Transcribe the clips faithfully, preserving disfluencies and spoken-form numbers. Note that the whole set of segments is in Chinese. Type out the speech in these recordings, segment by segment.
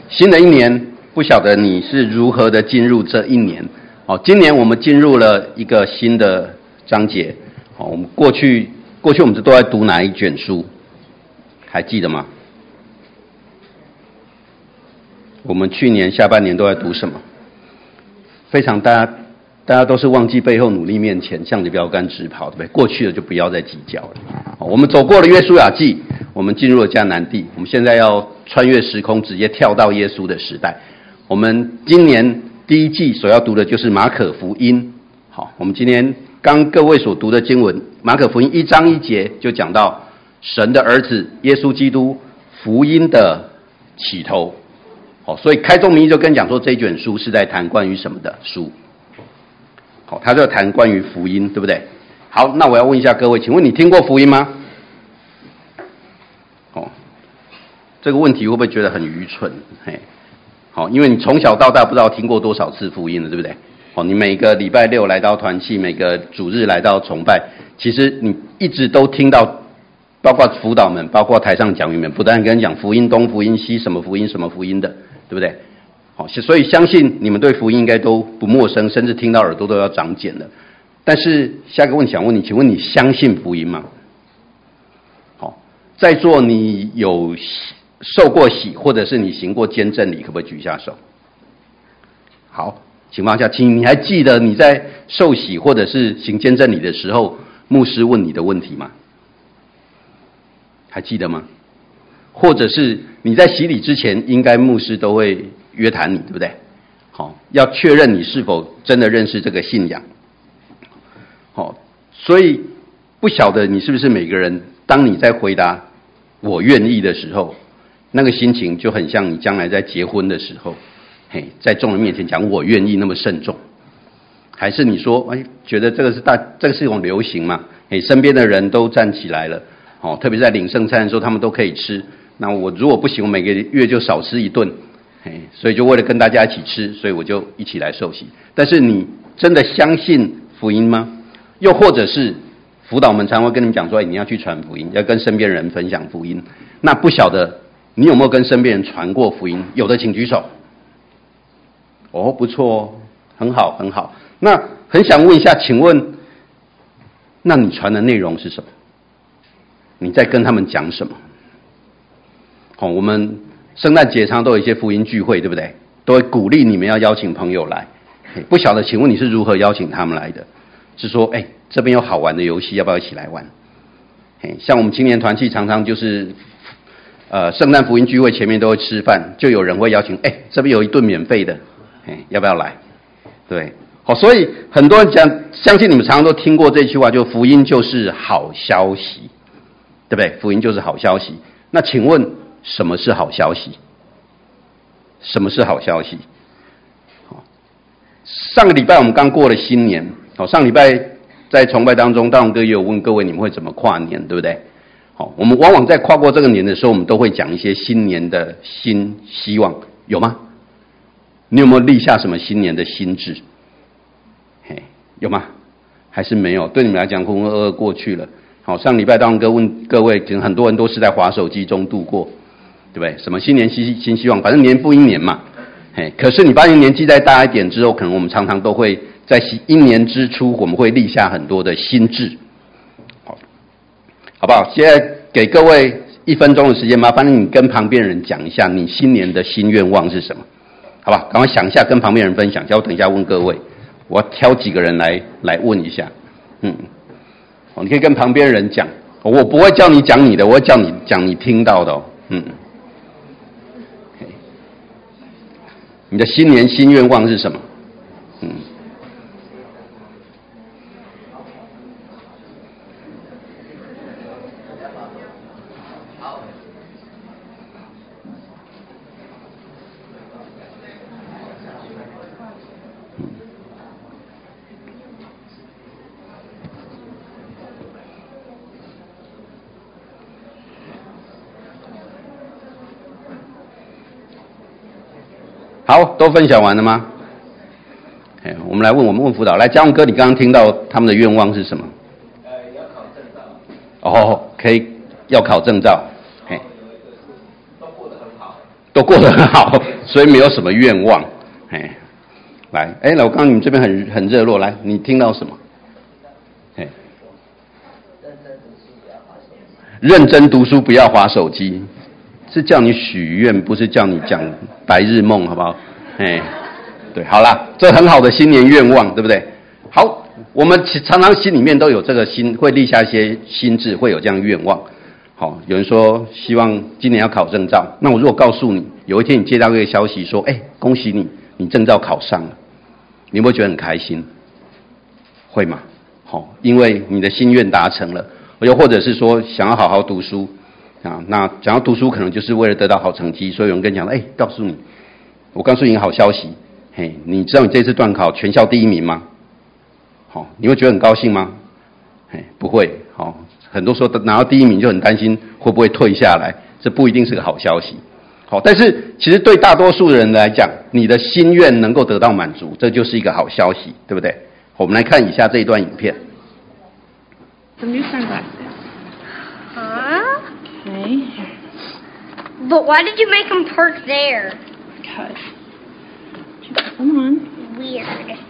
新的一年，不晓得你是如何的进入这一年。哦，今年我们进入了一个新的章节。哦，我们过去过去我们都在读哪一卷书？还记得吗？我们去年下半年都在读什么？非常大家大家都是忘记背后努力面前向着标杆直跑，对不对？过去的就不要再计较了。我们走过了约书亚记，我们进入了迦南地，我们现在要穿越时空，直接跳到耶稣的时代。我们今年第一季所要读的就是马可福音。好，我们今天刚各位所读的经文，马可福音一章一节就讲到神的儿子耶稣基督福音的起头。好，所以开宗明义就跟讲说，这一卷书是在谈关于什么的书？好，他就谈关于福音，对不对？好，那我要问一下各位，请问你听过福音吗？哦，这个问题会不会觉得很愚蠢？嘿，好，因为你从小到大不知道听过多少次福音了，对不对？哦，你每个礼拜六来到团契，每个主日来到崇拜，其实你一直都听到，包括辅导们，包括台上讲员们，不但跟你讲福音东、福音西，什么福音、什么福音的，对不对？好，所以相信你们对福音应该都不陌生，甚至听到耳朵都要长茧了。但是下一个问题想问你，请问你相信福音吗？好，在座你有受过洗，或者是你行过监证礼，可不可以举一下手？好，情况下，请你还记得你在受洗或者是行监证礼的时候，牧师问你的问题吗？还记得吗？或者是你在洗礼之前，应该牧师都会约谈你，对不对？好，要确认你是否真的认识这个信仰。好，所以不晓得你是不是每个人，当你在回答我愿意的时候，那个心情就很像你将来在结婚的时候，嘿，在众人面前讲我愿意那么慎重。还是你说，哎，觉得这个是大，这个是一种流行嘛？嘿，身边的人都站起来了，哦，特别在领圣餐的时候，他们都可以吃。那我如果不行，我每个月就少吃一顿，嘿，所以就为了跟大家一起吃，所以我就一起来受洗。但是你真的相信福音吗？又或者是辅导们常会跟你们讲说，哎，你要去传福音，要跟身边人分享福音。那不晓得你有没有跟身边人传过福音？有的请举手。哦，不错哦，很好很好。那很想问一下，请问，那你传的内容是什么？你在跟他们讲什么？好，我们圣诞节常都有一些福音聚会，对不对？都会鼓励你们要邀请朋友来。不晓得，请问你是如何邀请他们来的？是说，哎，这边有好玩的游戏，要不要一起来玩？像我们青年团契常常就是，呃，圣诞福音聚会前面都会吃饭，就有人会邀请，哎，这边有一顿免费的，哎，要不要来？对，好，所以很多人讲，相信你们常常都听过这句话，就福音就是好消息，对不对？福音就是好消息。那请问什么是好消息？什么是好消息？上个礼拜我们刚过了新年，好，上礼拜在崇拜当中，大荣哥也有问各位你们会怎么跨年，对不对？好，我们往往在跨过这个年的时候，我们都会讲一些新年的新希望，有吗？你有没有立下什么新年的心志？嘿，有吗？还是没有？对你们来讲，浑浑噩噩过去了。好，上礼拜大荣哥问各位，可能很多人都是在滑手机中度过，对不对？什么新年新新希望，反正年复一年嘛。嘿，可是你发现年纪再大一点之后，可能我们常常都会在一年之初，我们会立下很多的心志，好，好不好？现在给各位一分钟的时间，麻烦你跟旁边人讲一下你新年的新愿望是什么，好吧？赶快想一下，跟旁边人分享一下。我等一下问各位，我要挑几个人来来问一下，嗯，你可以跟旁边人讲，我不会叫你讲你的，我会叫你讲你听到的哦，嗯。你的新年新愿望是什么？嗯，好，都分享完了吗？哎，我们来问，我们问辅导，来，嘉荣哥，你刚刚听到他们的愿望是什么？ 呃，要考证照。 哦，可以，要考证照。哎， 都过得很好。 都过得很好， 所以没有什么愿望。哎，来，哎，老刚，你们这边很很热络，来，你听到什么？哎，认真读书，不要滑手机，是叫你许愿，不是叫你讲白日梦，好不好？哎，对，好啦，这很好的新年愿望，对不对？好，我们常常心里面都有这个心，会立下一些心志，会有这样的愿望。好，有人说希望今年要考证照，那我如果告诉你，有一天你接到一个消息说，哎，恭喜你，你证照考上了，你会不会觉得很开心？会吗？好，因为你的心愿达成了。又或者是说想要好好读书啊，那想要读书可能就是为了得到好成绩，所以有人跟你讲，哎，告诉你，我告诉你一个好消息，嘿，你知道你这次段考全校第一名吗？好，你会觉得很高兴吗？嘿，不会。好，很多时候拿到第一名就很担心会不会退下来，这不一定是个好消息。好，但是其实对大多数的人来讲，你的心愿能够得到满足，这就是一个好消息，对不对？我们来看以下这一段影片。 The new sunglasses. Huh? Okay. But why did you make them park there? Because. You put them on. Weird.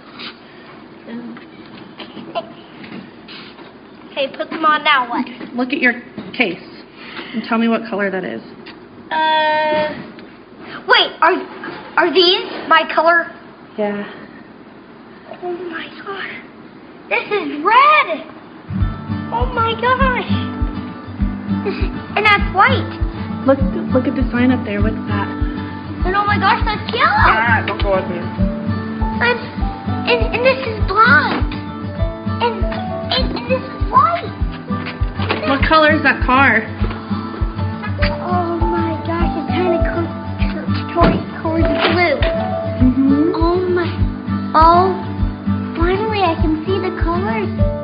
Okay, put them on now. What? Okay. Look at your case and tell me what color that is. Uh. Wait. Are are these my color? Yeah. Oh my god. This is red. Oh my gosh. This is, and that's white. Look look at the sign up there. What's that? And oh my gosh, that's yellow. Ah, don't go up there. And, and, and this is black. And, and, and this is white. And What color is that car? oh my gosh, it's kind of co- towards, towards blue. Mm-hmm. Oh my. Oh, finally I can see the colors.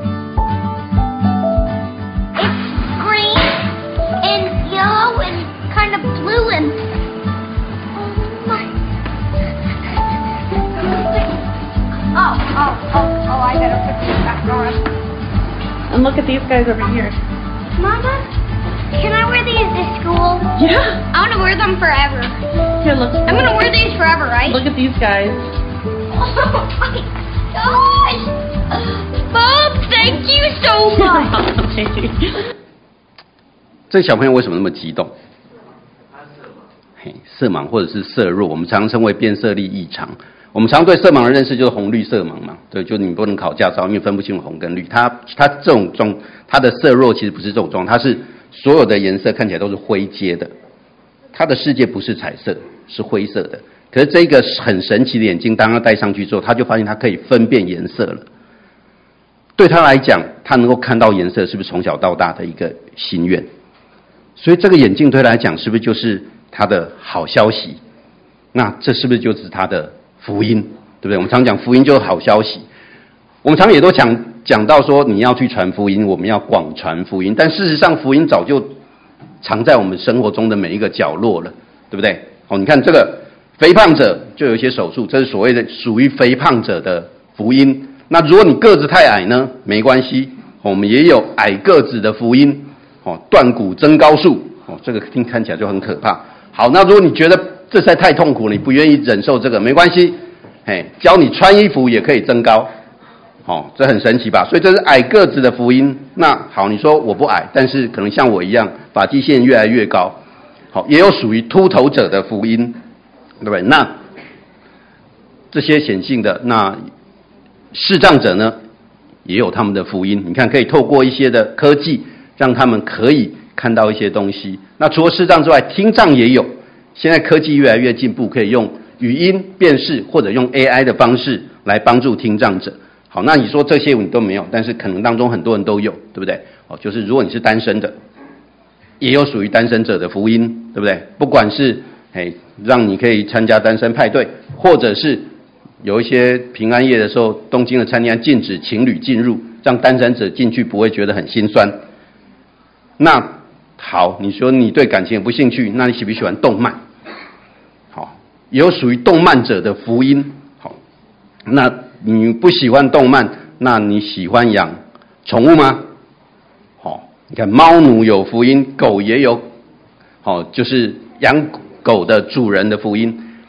It's green and yellow and kind of blue and. Oh my. Oh, oh, oh, oh, I better put this back on. And look at these guys over here. Mama, can I wear these to school? Yeah. I want to wear them forever. Here, look. I'm going to wear these forever, right? Look at these guys. Oh my gosh! Mom, thank you so much! 这小朋友为什么那么激动？嘿，色盲或者是色弱，我们常称为变色力异常。我们常对色盲的认识就是红绿色盲嘛，对，就你不能考驾照，因为分不清红跟绿。它它这种状，它的色弱其实不是这种状，它是所有的颜色看起来都是灰阶的，它的世界不是彩色，是灰色的。可是这个很神奇的眼镜，当他戴上去之后，他就发现他可以分辨颜色了。对他来讲，他能够看到颜色，是不是从小到大的一个心愿？所以这个眼镜对他来讲，是不是就是他的好消息？那这是不是就是他的福音？对不对？我们常讲福音就是好消息。我们常也都讲讲到说，你要去传福音，我们要广传福音。但事实上，福音早就藏在我们生活中的每一个角落了，对不对？好，你看这个。肥胖者就有一些手术，这是所谓的属于肥胖者的福音。那如果你个子太矮呢，没关系，我们也有矮个子的福音，哦，断骨增高术，哦，这个听看起来就很可怕。好，那如果你觉得这实在太痛苦，你不愿意忍受这个，没关系，嘿，教你穿衣服也可以增高，哦，这很神奇吧？所以这是矮个子的福音。那好，你说我不矮，但是可能像我一样，发际线越来越高，好，也有属于秃头者的福音。对不对？那这些显性的，那视障者呢，也有他们的福音。你看，可以透过一些的科技，让他们可以看到一些东西。那除了视障之外，听障也有。现在科技越来越进步，可以用语音辨识或者用 A I 的方式来帮助听障者。好，那你说这些你都没有，但是可能当中很多人都有，对不对？哦，就是如果你是单身的，也有属于单身者的福音，对不对？不管是哎，让你可以参加单身派对，或者是有一些平安夜的时候，东京的餐厅禁止情侣进入，让单身者进去不会觉得很心酸。那好，你说你对感情也不兴趣，那你喜不喜欢动漫？好，也有属于动漫者的福音。好，那你不喜欢动漫，那你喜欢养宠物吗？好，你看猫奴有福音，狗也有，好，就是养狗的主人的福音。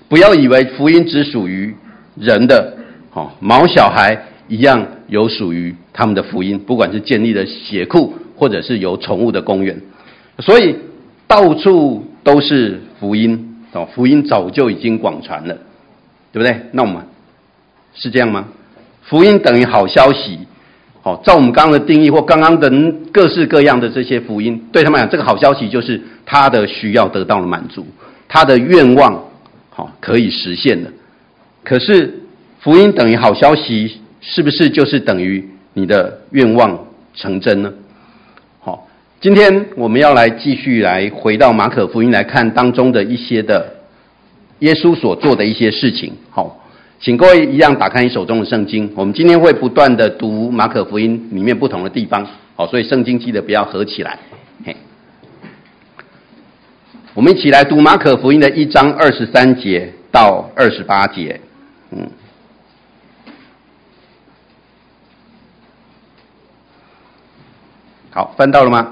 不要以为福音只属于人的，哦，毛小孩一样有属于他们的福音，不管是建立的血库，或者是有宠物的公园，所以到处都是福音，哦，福音早就已经广传了，对不对？那我们是这样吗？福音等于好消息，哦，照我们刚刚的定义或刚刚的各式各样的这些福音，对他们讲，这个好消息就是他的需要得到了满足，他的愿望好可以实现了。可是福音等于好消息，是不是就是等于你的愿望成真呢？好，今天我们要来继续来回到马可福音来看当中的一些的耶稣所做的一些事情。好，请各位一样打开你手中的圣经，我们今天会不断的读马可福音里面不同的地方，好，所以圣经记得不要合起来。嘿，我们一起来读马可福音的一章二十三节到二十八节。嗯，好，翻到了吗？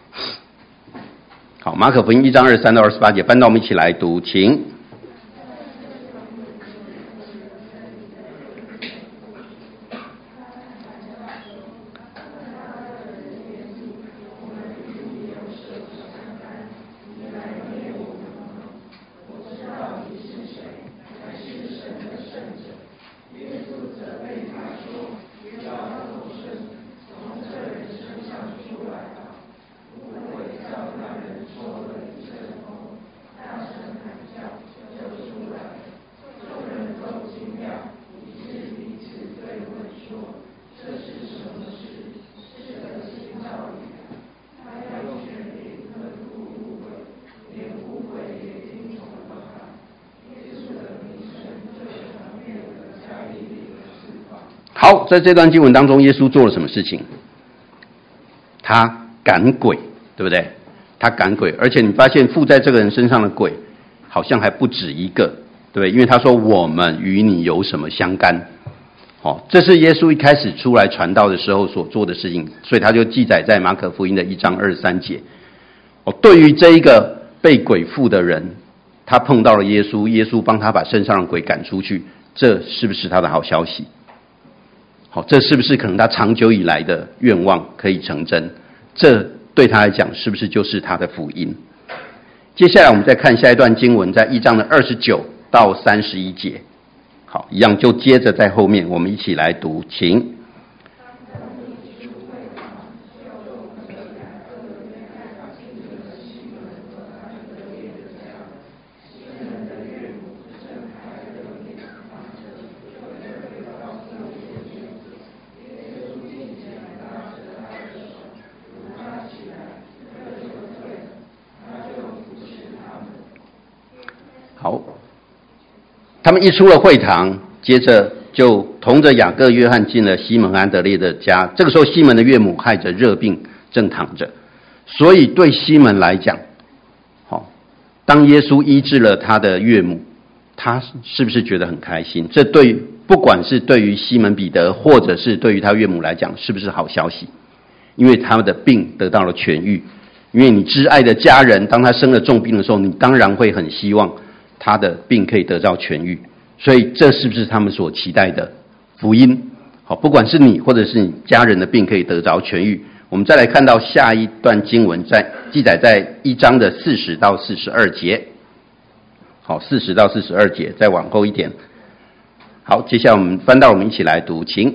好，马可福音一章二十三到二十八节，翻到我们一起来读，请。好，在这段经文当中，耶稣做了什么事情？他赶鬼，对不对？他赶鬼，而且你发现附在这个人身上的鬼，好像还不止一个，对不对？因为他说：“我们与你有什么相干？”哦，这是耶稣一开始出来传道的时候所做的事情，所以他就记载在马可福音的一章二十三节。哦，对于这一个被鬼附的人，他碰到了耶稣，耶稣帮他把身上的鬼赶出去，这是不是他的好消息？好，这是不是可能他长久以来的愿望可以成真？这对他来讲是不是就是他的福音？接下来我们再看下一段经文，在一章的二十九到三十一节。好，一样就接着在后面，我们一起来读，请。好，他们一出了会堂，接着就同着雅各、约翰进了西门安德烈的家。这个时候，西门的岳母害着热病，正躺着。所以对西门来讲，好，当耶稣医治了他的岳母，他是不是觉得很开心？这对不管是对于西门彼得，或者是对于他岳母来讲，是不是好消息？因为他们的病得到了痊愈。因为你挚爱的家人，当他生了重病的时候，你当然会很希望他的病可以得到痊愈，所以这是不是他们所期待的福音？好，不管是你或者是你家人的病可以得着痊愈。我们再来看到下一段经文，在记载在一章的四十到四十二节。好，四十到四十二节，再往后一点。好，接下来我们翻到我们一起来读，请。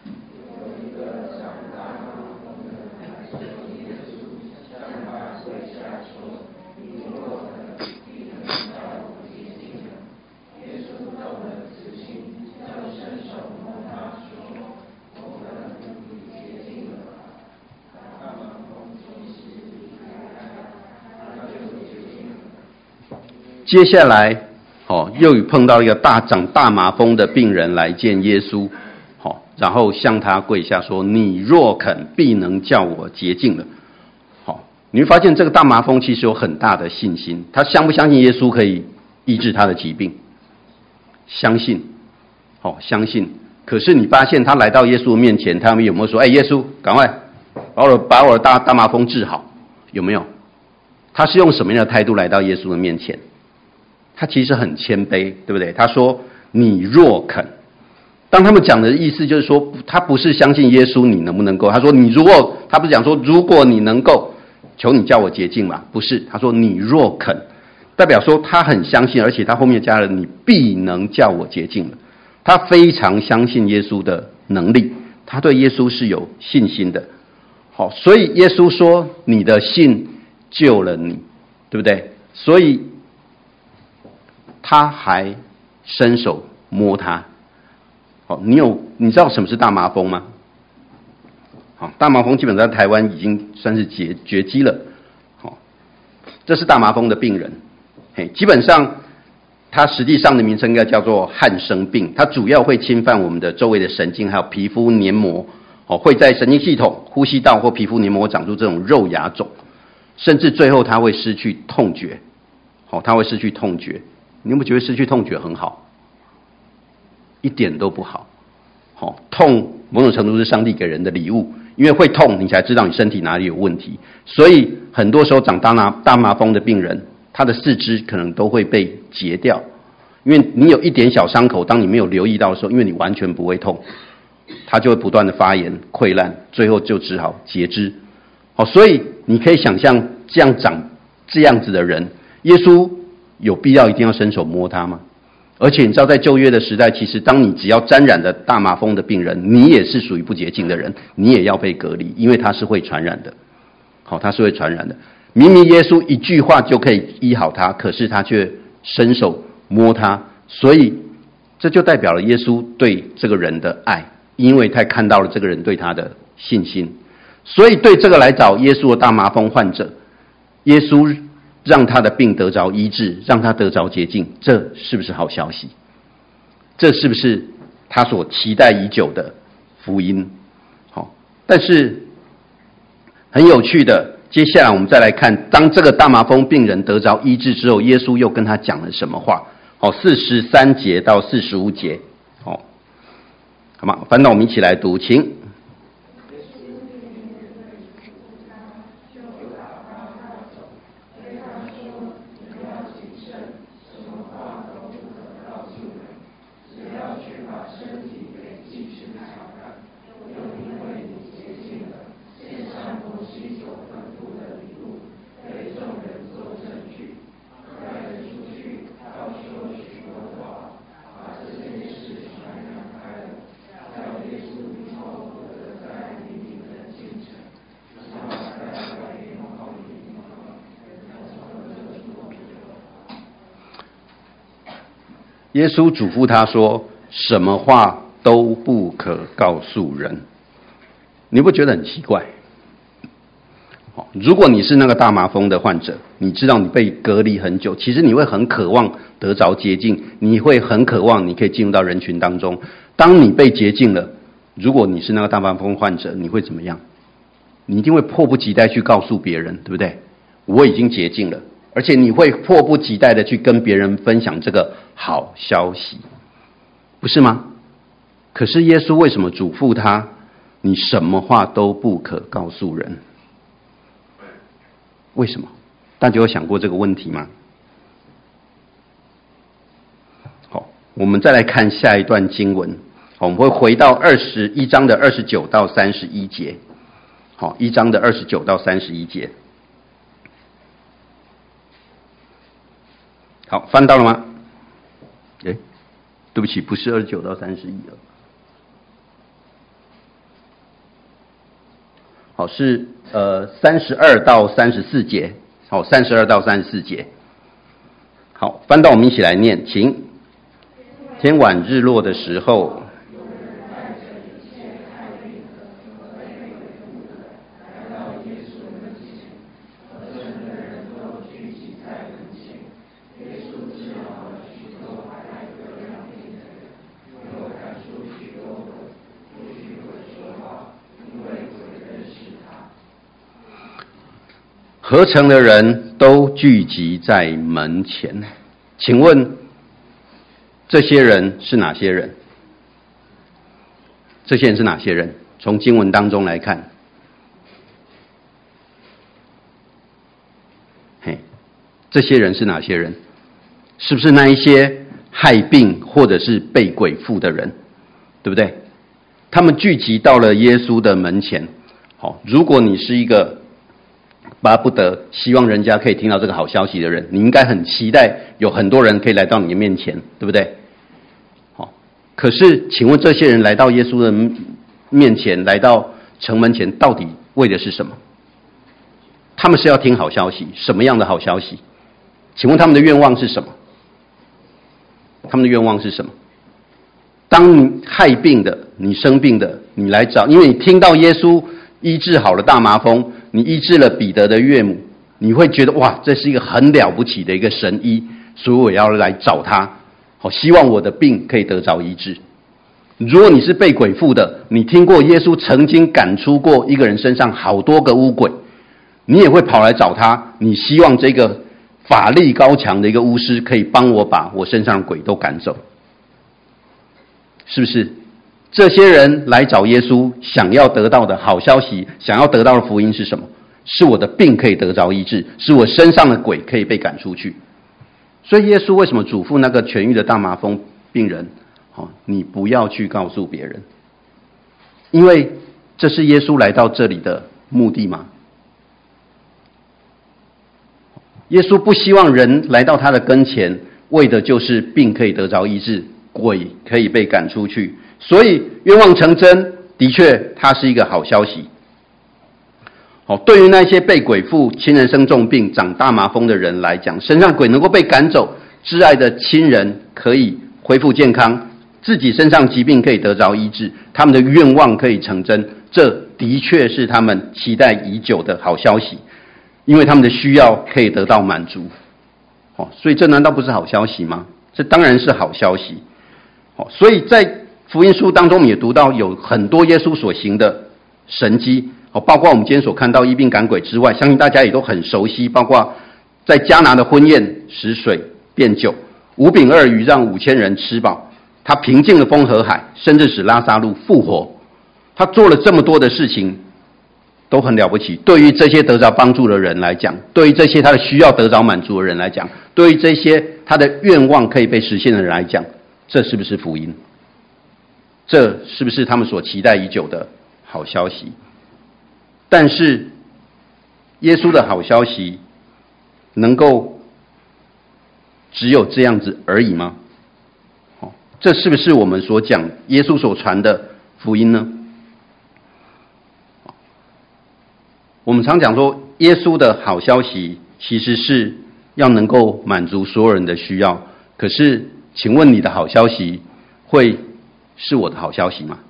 接下来，哦，又碰到一个大长大麻风的病人来见耶稣，哦，然后向他跪下说：“你若肯，必能叫我洁净了。”好，你会发现这个大麻风其实有很大的信心，他相不相信耶稣可以医治他的疾病？相信，哦，相信。可是你发现他来到耶稣面前，他们有没有说：“哎，耶稣，赶快把我把我的大大麻风治好？”有没有？他是用什么样的态度来到耶稣的面前？ 他其实很谦卑，对不对？他说你若肯。当他们讲的意思就是说，他不是相信耶稣你能不能够，他说你如果，他不是讲说如果你能够，求你叫我洁净嘛，不是，他说你若肯，代表说他很相信，而且他后面加了你必能叫我洁净了，他非常相信耶稣的能力，他对耶稣是有信心的。好，所以耶稣说你的信救了你，对不对？所以他还伸手摸他。好，你有你知道什么是大麻风吗？好，大麻风基本上在台湾已经算是绝绝迹了。好，这是大麻风的病人，嘿，基本上它实际上的名称应该叫做汗生病，它主要会侵犯我们的周围的神经，还有皮肤黏膜，哦，会在神经系统、呼吸道或皮肤黏膜长出这种肉芽肿，甚至最后它会失去痛觉。好，它会失去痛觉。你有没有觉得失去痛觉很好？一点都不好。好，痛某种程度是上帝给人的礼物，因为会痛你才知道你身体哪里有问题。所以很多时候长大麻大麻风的病人，他的四肢可能都会被截掉，因为你有一点小伤口，当你没有留意到的时候，因为你完全不会痛，它就会不断的发炎溃烂，最后就只好截肢。好，所以你可以想象这样长这样子的人，耶稣有必要一定要伸手摸他吗？而且你知道在旧约的时代，其实当你只要沾染了大麻风的病人，你也是属于不洁净的人，你也要被隔离，因为他是会传染的。好，他是会传染的。明明耶稣一句话就可以医好他，可是他却伸手摸他，所以这就代表了耶稣对这个人的爱，因为他看到了这个人对他的信心。所以对这个来找耶稣的大麻风患者，耶稣让他的病得着医治，让他得着洁净，这是不是好消息？这是不是他所期待已久的福音？好，但是很有趣的，接下来我们再来看，当这个大麻风病人得着医治之后，耶稣又跟他讲了什么话？好，四十三节到四十五节，好，好吗？翻到我们一起来读，请。耶稣嘱咐他说：“什么话都不可告诉人。”你不觉得很奇怪？如果你是那个大麻风的患者，你知道你被隔离很久，其实你会很渴望得着洁净，你会很渴望你可以进入到人群当中。当你被洁净了，如果你是那个大麻风患者，你会怎么样？你一定会迫不及待去告诉别人，对不对？我已经洁净了。而且你会迫不及待的去跟别人分享这个好消息，不是吗？可是耶稣为什么嘱咐他，你什么话都不可告诉人？为什么？大家有想过这个问题吗？好，我们再来看下一段经文。好，我们会回到二十一章的二十九到三十一节。好，一章的二十九到三十一节。好，翻到了吗？哎，对不起，不是二十九到三十一了。好，是呃三十二到三十四节。好，三十二到三十四节。好，翻到我们一起来念，请。天晚日落的时候，合城的人都聚集在门前。请问这些人是哪些人？这些人是哪些人？从经文当中来看，嘿，这些人是哪些人？ 是不是那一些害病或者是被鬼附的人，对不对？他们聚集到了耶稣的门前。好，如果你是一个巴不得希望人家可以听到这个好消息的人，你应该很期待有很多人可以来到你的面前，对不对？好，可是请问这些人来到耶稣的面前，来到城门前，到底为的是什么？他们是要听好消息，什么样的好消息？请问他们的愿望是什么？他们的愿望是什么？当你害病的，你生病的，你来找，因为你听到耶稣医治好了大麻风，你医治了彼得的岳母，你会觉得哇，这是一个很了不起的一个神医，所以我要来找他，好，希望我的病可以得着医治。如果你是被鬼附的，你听过耶稣曾经赶出过一个人身上好多个污鬼，你也会跑来找他，你希望这个法力高强的一个巫师可以帮我把我身上的鬼都赶走，是不是？这些人来找耶稣，想要得到的好消息，想要得到的福音是什么？是我的病可以得着医治，是我身上的鬼可以被赶出去。所以耶稣为什么嘱咐那个痊愈的大麻风病人，哦，你不要去告诉别人，因为这是耶稣来到这里的目的吗？耶稣不希望人来到他的跟前，为的就是病可以得着医治，鬼可以被赶出去。所以愿望成真，的确它是一个好消息。好，对于那些被鬼附、亲人生重病、长大麻风的人来讲，身上鬼能够被赶走，挚爱的亲人可以恢复健康，自己身上疾病可以得着医治，他们的愿望可以成真，这的确是他们期待已久的好消息，因为他们的需要可以得到满足。哦，所以这难道不是好消息吗？这当然是好消息。哦，所以在福音书当中，我们也读到有很多耶稣所行的神迹，包括我们今天所看到医病赶鬼之外，相信大家也都很熟悉，包括在迦拿的婚宴使水变酒，五饼二鱼让五千人吃饱，他平静了风和海，甚至使拉撒路复活。他做了这么多的事情，都很了不起。对于这些得着帮助的人来讲，对于这些他的需要得着满足的人来讲，对于这些他的愿望可以被实现的人来讲，这是不是福音？这是不是他们所期待已久的好消息？但是耶稣的好消息能够只有这样子而已吗？这是不是我们所讲耶稣所传的福音呢？我们常讲说，耶稣的好消息其实是要能够满足所有人的需要。可是请问你的好消息会是我的好消息吗？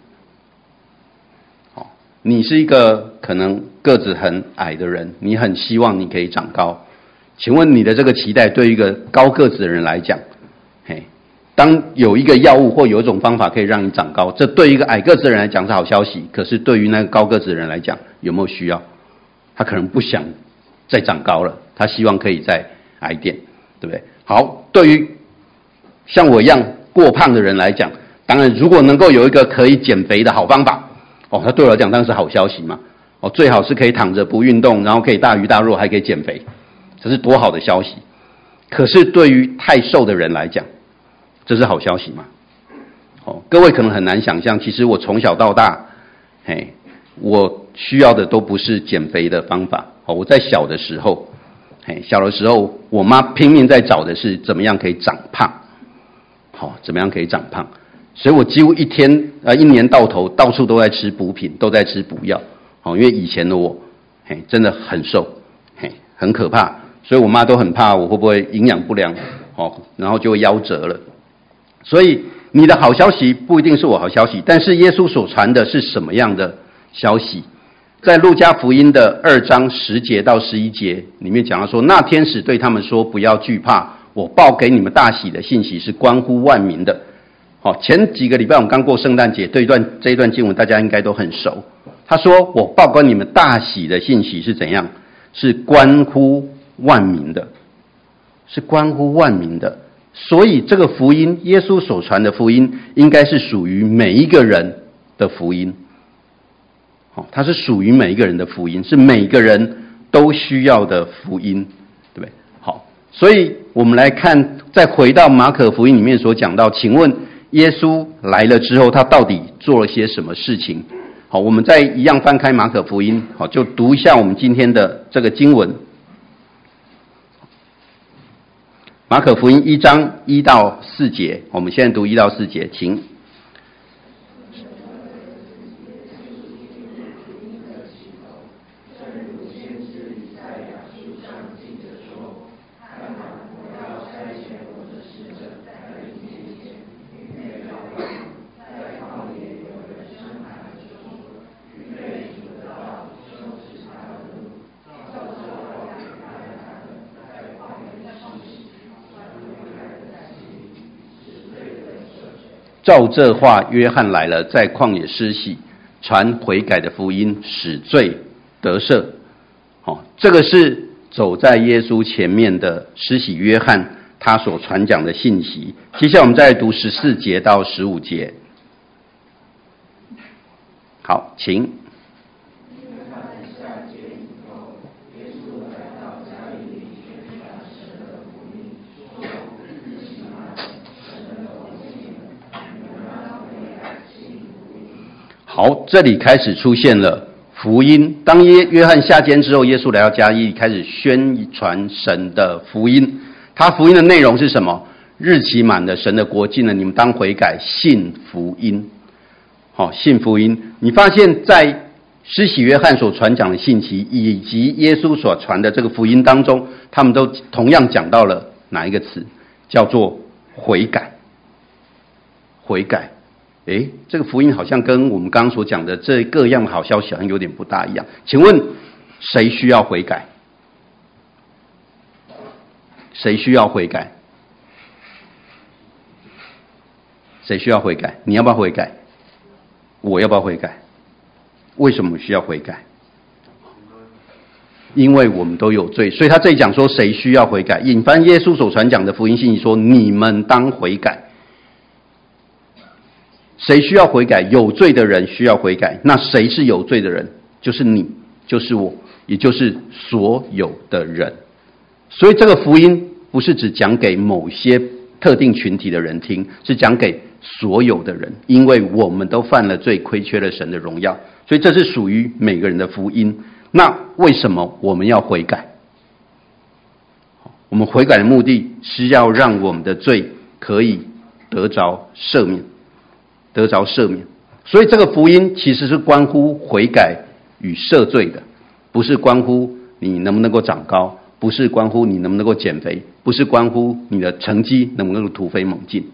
你是一个可能个子很矮的人，你很希望你可以长高，请问你的这个期待对于一个高个子的人来讲，嘿，当有一个药物或有一种方法可以让你长高，这对于一个矮个子的人来讲是好消息，可是对于那个高个子的人来讲，有没有需要？他可能不想再长高了，他希望可以再矮一点，对不对？好，对于像我一样过胖的人来讲，当然如果能够有一个可以减肥的好方法，哦，那对我来讲当然是好消息嘛。哦，最好是可以躺着不运动，然后可以大鱼大肉，还可以减肥，这是多好的消息。可是对于太瘦的人来讲，这是好消息吗？哦，各位可能很难想象，其实我从小到大，嘿，我需要的都不是减肥的方法。哦，我在小的时候，嘿，小的时候，我妈拼命在找的是怎么样可以长胖，好，哦，怎么样可以长胖。所以我几乎一天呃一年到头到处都在吃补品，都在吃补药，哦，因为以前的我，嘿，真的很瘦，嘿，很可怕，所以我妈都很怕我会不会营养不良，哦，然后就会夭折了。所以你的好消息不一定是我好消息，但是耶稣所传的是什么样的消息？在路加福音的二章十节到十一节里面讲到说，那天使对他们说，不要惧怕，我报给你们大喜的信息是关乎万民的。好，前几个礼拜我们刚过圣诞节，对一段这一段经文大家应该都很熟。他说，我报告你们大喜的信息是怎样？是关乎万民的，是关乎万民的。所以这个福音，耶稣所传的福音，应该是属于每一个人的福音。好，它是属于每一个人的福音，是每个人都需要的福音，对不对？好， 所以我们来看，再回到马可福音里面所讲到，请问耶稣来了之后，他到底做了些什么事情？好，我们再一样翻开马可福音，好，就读一下我们今天的这个经文。马可福音一章一到四节，我们现在读一到四节，请。照这话，约翰来了，在旷野施洗，传悔改的福音，使罪得赦。好，这个是走在耶稣前面的施洗约翰他所传讲的信息。接下来我们再来读十四节到十五节。好，请。好，这里开始出现了福音。当耶约翰下监之后，耶稣来到加利利，开始宣传神的福音。他福音的内容是什么？日期满了，神的国近了，你们当悔改，信福音。好，信福音。你发现在施洗约翰所传讲的信息，以及耶稣所传的这个福音当中，他们都同样讲到了哪一个词？叫做悔改。悔改。诶，这个福音好像跟我们刚刚所讲的这各样的好消息好像有点不大一样。请问谁需要悔改？谁需要悔改？谁需要悔改？你要不要悔改？我要不要悔改？为什么需要悔改？因为我们都有罪，所以他这里讲说谁需要悔改，引翻耶稣所传讲的福音信息说你们当悔改。谁需要悔改？有罪的人需要悔改。那谁是有罪的人？就是你，就是我，也就是所有的人。所以这个福音不是只讲给某些特定群体的人听，是讲给所有的人，因为我们都犯了罪，亏缺了神的荣耀，所以这是属于每个人的福音。那为什么我们要悔改？我们悔改的目的是要让我们的罪可以得着赦免。得着赦免，所以这个福音其实是关乎悔改与赦罪的，不是关乎你能不能够长高，不是关乎你能不能够减肥，不是关乎你的成绩能不能够突飞猛进。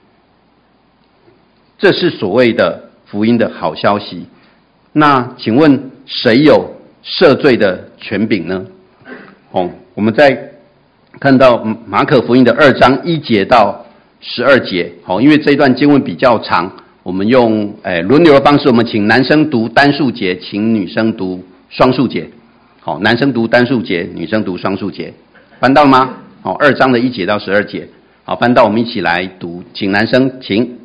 这是所谓的福音的好消息。那请问谁有赦罪的权柄呢？哦，我们在看到马可福音的二章一节到十二节，好，因为这一段经文比较长。我们用诶轮流的方式，我们请男生读单数节，请女生读双数节。好，男生读单数节，女生读双数节。翻到了吗？好，二章的一节到十二节。好，翻到我们一起来读，请男生请。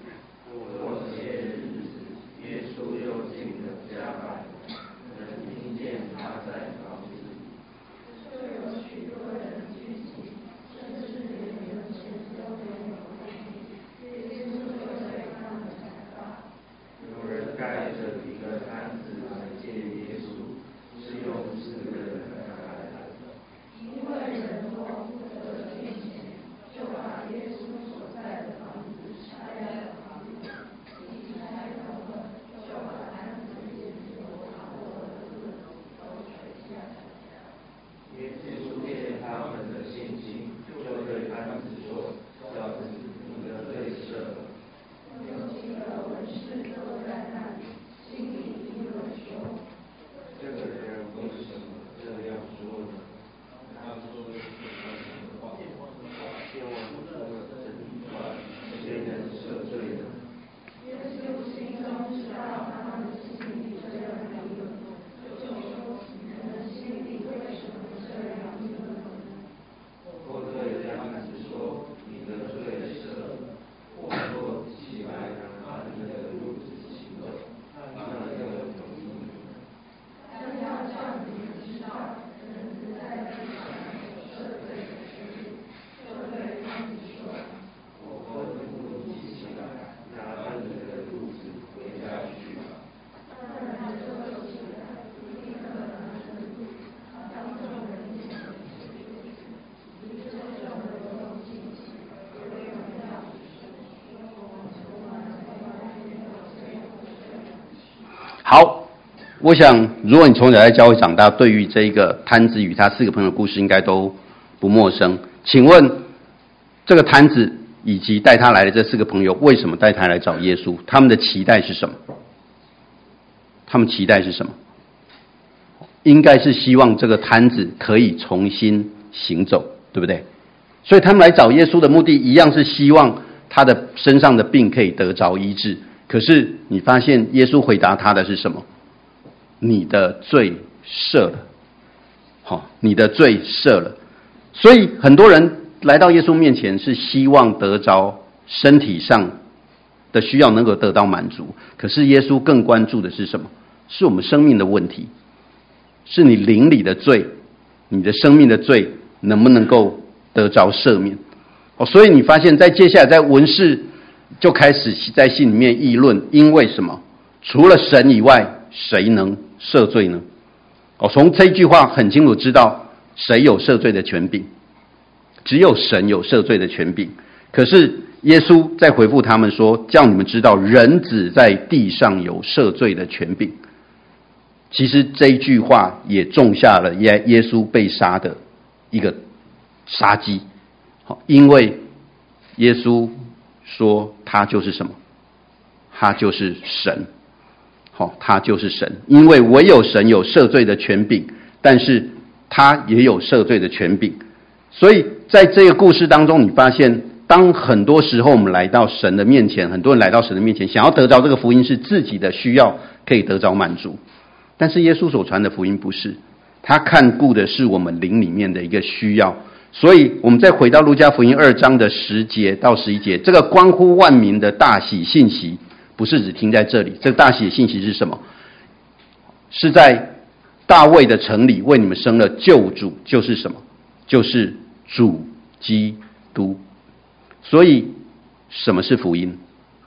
好，我想如果你从小在教会长大，对于这个摊子与他四个朋友的故事应该都不陌生。请问这个摊子以及带他来的这四个朋友为什么带他来找耶稣？他们的期待是什么？他们期待是什么？应该是希望这个摊子可以重新行走，对不对？所以他们来找耶稣的目的一样是希望他的身上的病可以得着医治。可是你发现耶稣回答他的是什么？你的罪赦了。好，你的罪赦了。所以很多人来到耶稣面前是希望得着身体上的需要能够得到满足，可是耶稣更关注的是什么？是我们生命的问题，是你灵里的罪，你的生命的罪能不能够得着赦免？哦，所以你发现在接下来在文士就开始在心里面议论，因为什么？除了神以外，谁能赦罪呢？哦，从这句话很清楚知道谁有赦罪的权柄，只有神有赦罪的权柄。可是耶稣在回复他们说，叫你们知道人子在地上有赦罪的权柄。其实这一句话也种下了耶耶稣被杀的一个杀机。因为耶稣说他就是什么？他就是神。好，他就是神。因为唯有神有赦罪的权柄，但是他也有赦罪的权柄。所以在这个故事当中，你发现当很多时候我们来到神的面前，很多人来到神的面前想要得着这个福音，是自己的需要可以得着满足。但是耶稣所传的福音不是，他看顾的是我们灵里面的一个需要。所以我们再回到路加福音二章的十节到十一节，这个关乎万民的大喜信息不是只停在这里。这个大喜的信息是什么？是在大卫的城里为你们生了救主，就是什么？就是主基督。所以什么是福音？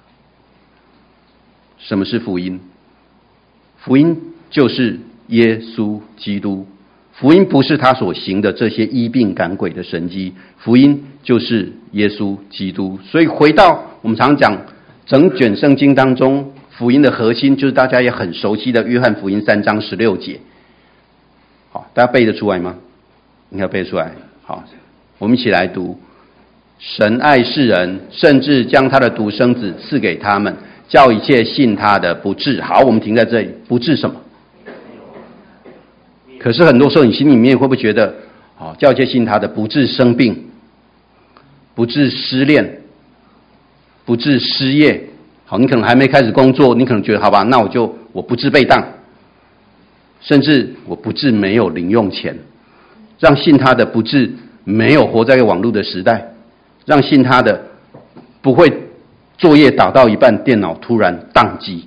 什么是福音？福音就是耶稣基督。福音不是他所行的这些医病赶鬼的神迹，福音就是耶稣基督。所以回到我们常讲整卷圣经当中，福音的核心就是大家也很熟悉的约翰福音三章十六节。好，大家背得出来吗？应该背得出来。好，我们一起来读：神爱世人，甚至将他的独生子赐给他们，叫一切信他的不至。好，我们停在这里。不至什么？可是很多时候你心里面会不会觉得，哦，叫一切信他的不致生病，不致失恋，不致失业。好，你可能还没开始工作，你可能觉得好吧，那我就我不致被当，甚至我不致没有零用钱，让信他的不致没有活在一个网络的时代，让信他的不会作业打到一半电脑突然宕机。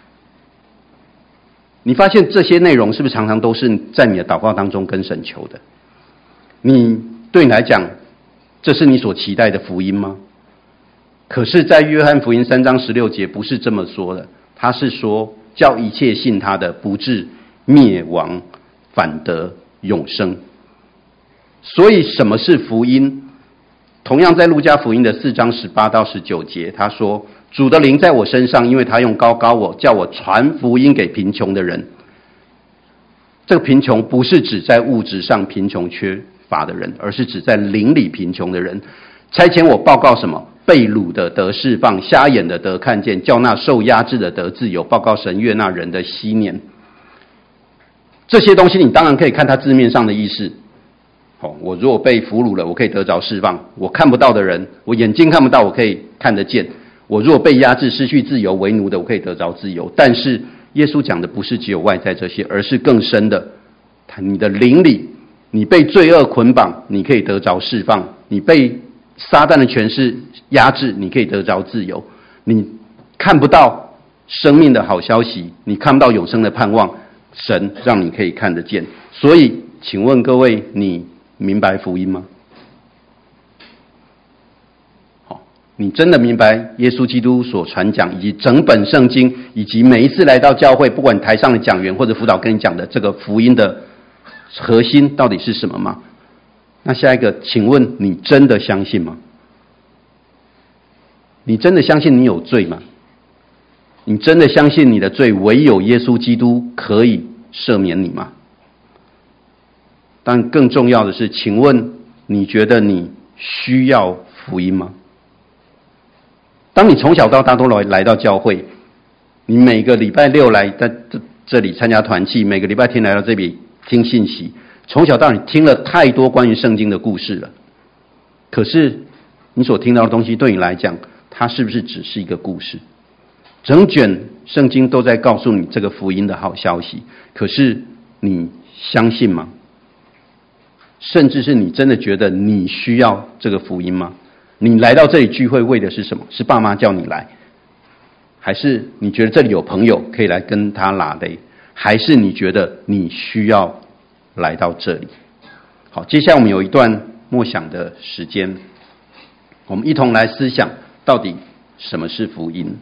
你发现这些内容是不是常常都是在你的祷告当中跟神求的？你对你来讲，这是你所期待的福音吗？可是在约翰福音三章十六节不是这么说的，他是说叫一切信他的不致灭亡，反得永生。所以什么是福音？同样在路加福音的四章十八到十九节，他说主的灵在我身上，因为他用膏膏我，叫我传福音给贫穷的人。这个贫穷不是指在物质上贫穷缺乏的人，而是指在灵里贫穷的人。差遣我报告什么？被掳的得释放，瞎眼的得看见，叫那受压制的得自由，报告神悦纳人的禧年。这些东西你当然可以看它字面上的意思。哦，我如果被俘虏了，我可以得着释放；我看不到的人，我眼睛看不到，我可以看得见。我如果被压制、失去自由、为奴的，我可以得着自由。但是耶稣讲的不是只有外在这些，而是更深的。你的灵里，你被罪恶捆绑，你可以得着释放；你被撒旦的权势压制，你可以得着自由。你看不到生命的好消息，你看不到永生的盼望，神让你可以看得见。所以，请问各位，你明白福音吗？你真的明白耶稣基督所传讲，以及整本圣经，以及每一次来到教会，不管台上的讲员或者辅导跟你讲的这个福音的核心到底是什么吗？那下一个，请问你真的相信吗？你真的相信你有罪吗？ 你真的相信你的罪唯有耶稣基督可以赦免你吗？但更重要的是，请问你觉得你需要福音吗？当你从小到大都来来到教会，你每个礼拜六来在这这里参加团契，每个礼拜天来到这里听信息，从小到大你听了太多关于圣经的故事了。可是你所听到的东西对你来讲，它是不是只是一个故事？整卷圣经都在告诉你这个福音的好消息，可是你相信吗？甚至是你真的觉得你需要这个福音吗？你来到这里聚会为的是什么？是爸妈叫你来，还是你觉得这里有朋友可以来跟他拉雷，还是你觉得你需要来到这里？好，接下来我们有一段默想的时间，我们一同来思想到底什么是福音。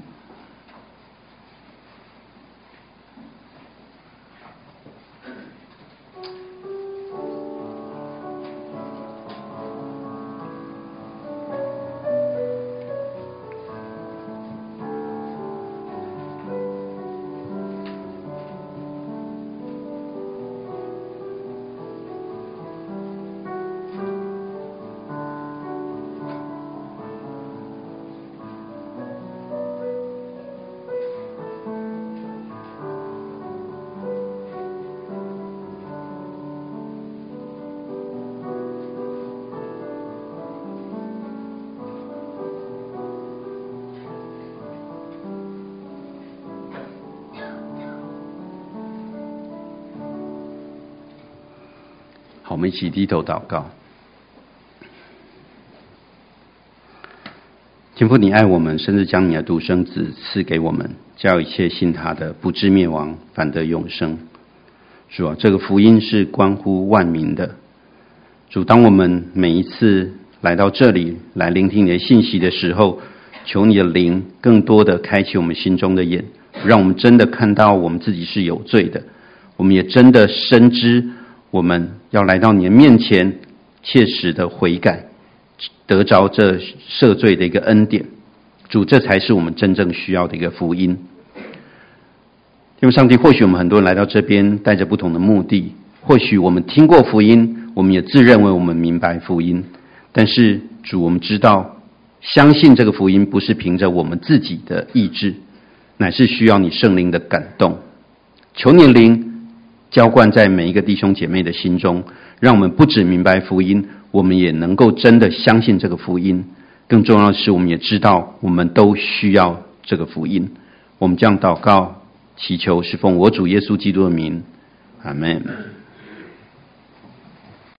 好，我们一起低头祷告。天父，你爱我们，甚至将你的独生子赐给我们，叫一切信他的不至灭亡，反得永生。主啊，这个福音是关乎万民的。主，当我们每一次来到这里来聆听你的信息的时候，求你的灵更多的开启我们心中的眼，让我们真的看到我们自己是有罪的，我们也真的深知我们要来到你的面前，切实的悔改，得着这赦罪的一个恩典。主，这才是我们真正需要的一个福音。因为上帝，或许我们很多人来到这边带着不同的目的，或许我们听过福音，我们也自认为我们明白福音，但是主，我们知道相信这个福音不是凭着我们自己的意志，乃是需要你圣灵的感动。求你的灵浇灌在每一个弟兄姐妹的心中，让我们不只明白福音，我们也能够真的相信这个福音。更重要的是，我们也知道我们都需要这个福音。我们这样祷告祈求，是奉我主耶稣基督的名，阿们。